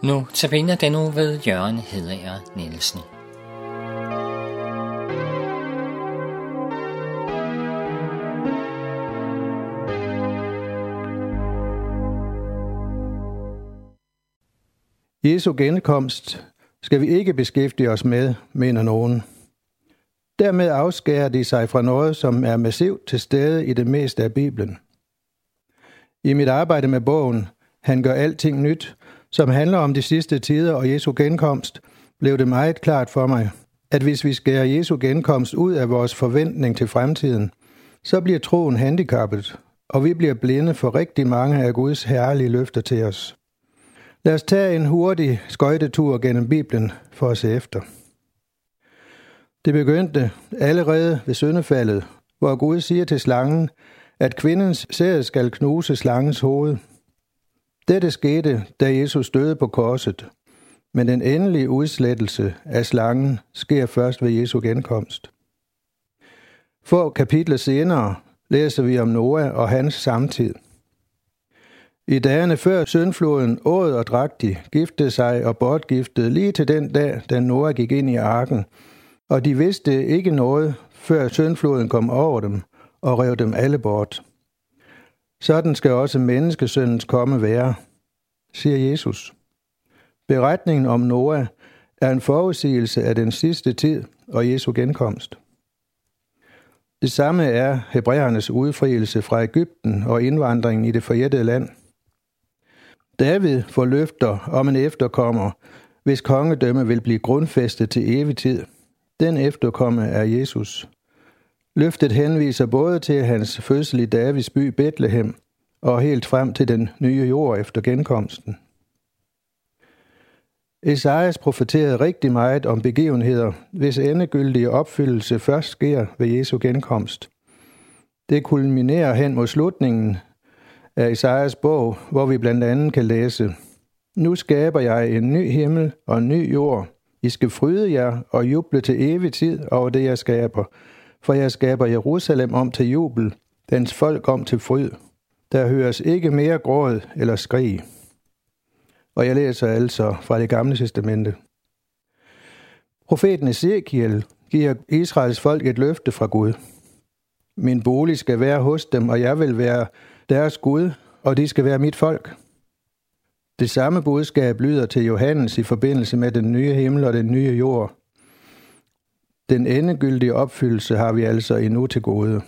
Nu tabiner den nu ved Jørgen Hedager Nielsen. Jesu genkomst skal vi ikke beskæftige os med, mener nogen. Dermed afskærer de sig fra noget, som er massivt til stede i det meste af Bibelen. I mit arbejde med bogen Han gør alting nyt, som handler om de sidste tider og Jesu genkomst, blev det meget klart for mig, at hvis vi skærer Jesu genkomst ud af vores forventning til fremtiden, så bliver troen handicappet, og vi bliver blinde for rigtig mange af Guds herlige løfter til os. Lad os tage en hurtig skøjtetur gennem Bibelen for at se efter. Det begyndte allerede ved syndefaldet, hvor Gud siger til slangen, at kvindens sæd skal knuse slangens hoved. Dette skete, da Jesus døde på korset, men den endelige udslettelse af slangen sker først ved Jesu genkomst. Få kapitler senere læser vi om Noah og hans samtid. I dagene før syndfloden åd og drak de, giftede sig og bortgiftede lige til den dag, da Noah gik ind i arken, og de vidste ikke noget, før syndfloden kom over dem og rev dem alle bort. Sådan skal også menneskesøndens komme være, siger Jesus. Beretningen om Noah er en forudsigelse af den sidste tid og Jesu genkomst. Det samme er hebræernes udfrielse fra Egypten og indvandringen i det forjættede land. David får løfter om en efterkommer, hvis kongedømme vil blive grundfæstet til evig tid. Den efterkommer er Jesus. Løftet henviser både til hans fødsel i Davids by Betlehem og helt frem til den nye jord efter genkomsten. Esajas profeterede rigtig meget om begivenheder, hvis endegyldige opfyldelse først sker ved Jesu genkomst. Det kulminerer hen mod slutningen af Esajas bog, hvor vi blandt andet kan læse: Nu skaber jeg en ny himmel og en ny jord. I skal fryde jer og juble til evig tid over det, jeg skaber. For jeg skaber Jerusalem om til jubel, dens folk om til fryd. Der høres ikke mere gråd eller skrig. Og jeg læser altså fra Det Gamle Testamente. Profeten Ezekiel giver Israels folk et løfte fra Gud. Min bolig skal være hos dem, og jeg vil være deres Gud, og de skal være mit folk. Det samme budskab lyder til Johannes i forbindelse med den nye himmel og den nye jord. Den endegyldige opfyldelse har vi altså endnu til gode.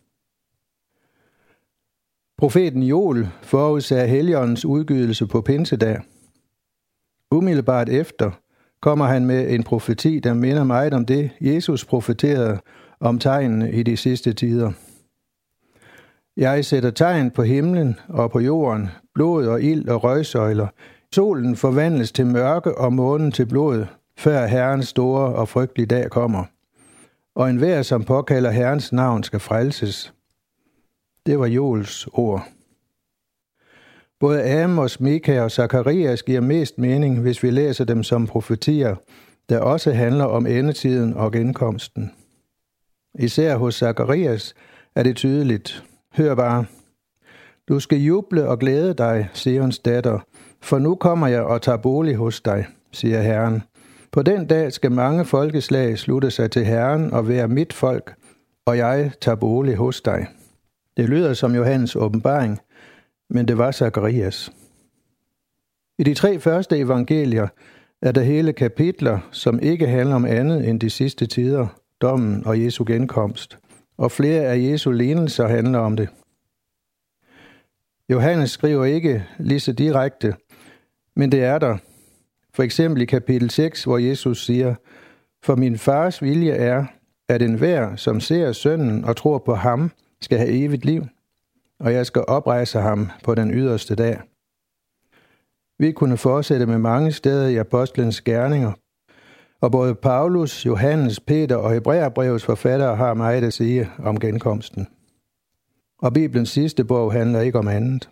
Profeten Joel forudsagde Helligåndens udgydelse på pinsedag. Umiddelbart efter kommer han med en profeti, der minder meget om det, Jesus profeterede om tegnene i de sidste tider. Jeg sætter tegn på himlen og på jorden, blod og ild og røgsøjler. Solen forvandles til mørke og månen til blod, før Herrens store og frygtelige dag kommer. Og enhver, som påkalder Herrens navn, skal frelses. Det var Joels ord. Både Amos, Mika og Zakarias giver mest mening, hvis vi læser dem som profetier, der også handler om endetiden og genkomsten. Især hos Zakarias er det tydeligt. Hør bare. Du skal juble og glæde dig, Sions datter, for nu kommer jeg og tager bolig hos dig, siger Herren. På den dag skal mange folkeslag slutte sig til Herren og være mit folk, og jeg tager bolig hos dig. Det lyder som Johannes åbenbaring, men det var Zakarias. I de 3 første evangelier er der hele kapitler, som ikke handler om andet end de sidste tider, dommen og Jesu genkomst, og flere af Jesu lignelser handler om det. Johannes skriver ikke lige så direkte, men det er der. For eksempel i kapitel 6, hvor Jesus siger: For min fars vilje er, at enhver, som ser sønnen og tror på ham, skal have evigt liv, og jeg skal oprejse ham på den yderste dag. Vi kunne fortsætte med mange steder i apostlens gerninger, og både Paulus, Johannes, Peter og Hebræerbrevets forfattere har meget at sige om genkomsten. Og Bibelens sidste bog handler ikke om andet.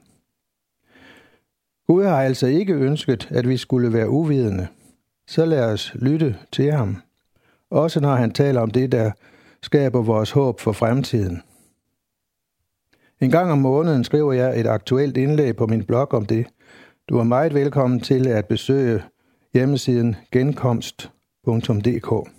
Gud har altså ikke ønsket, at vi skulle være uvidende. Så lad os lytte til ham, også når han taler om det, der skaber vores håb for fremtiden. En gang om måneden skriver jeg et aktuelt indlæg på min blog om det. Du er meget velkommen til at besøge hjemmesiden genkomst.dk.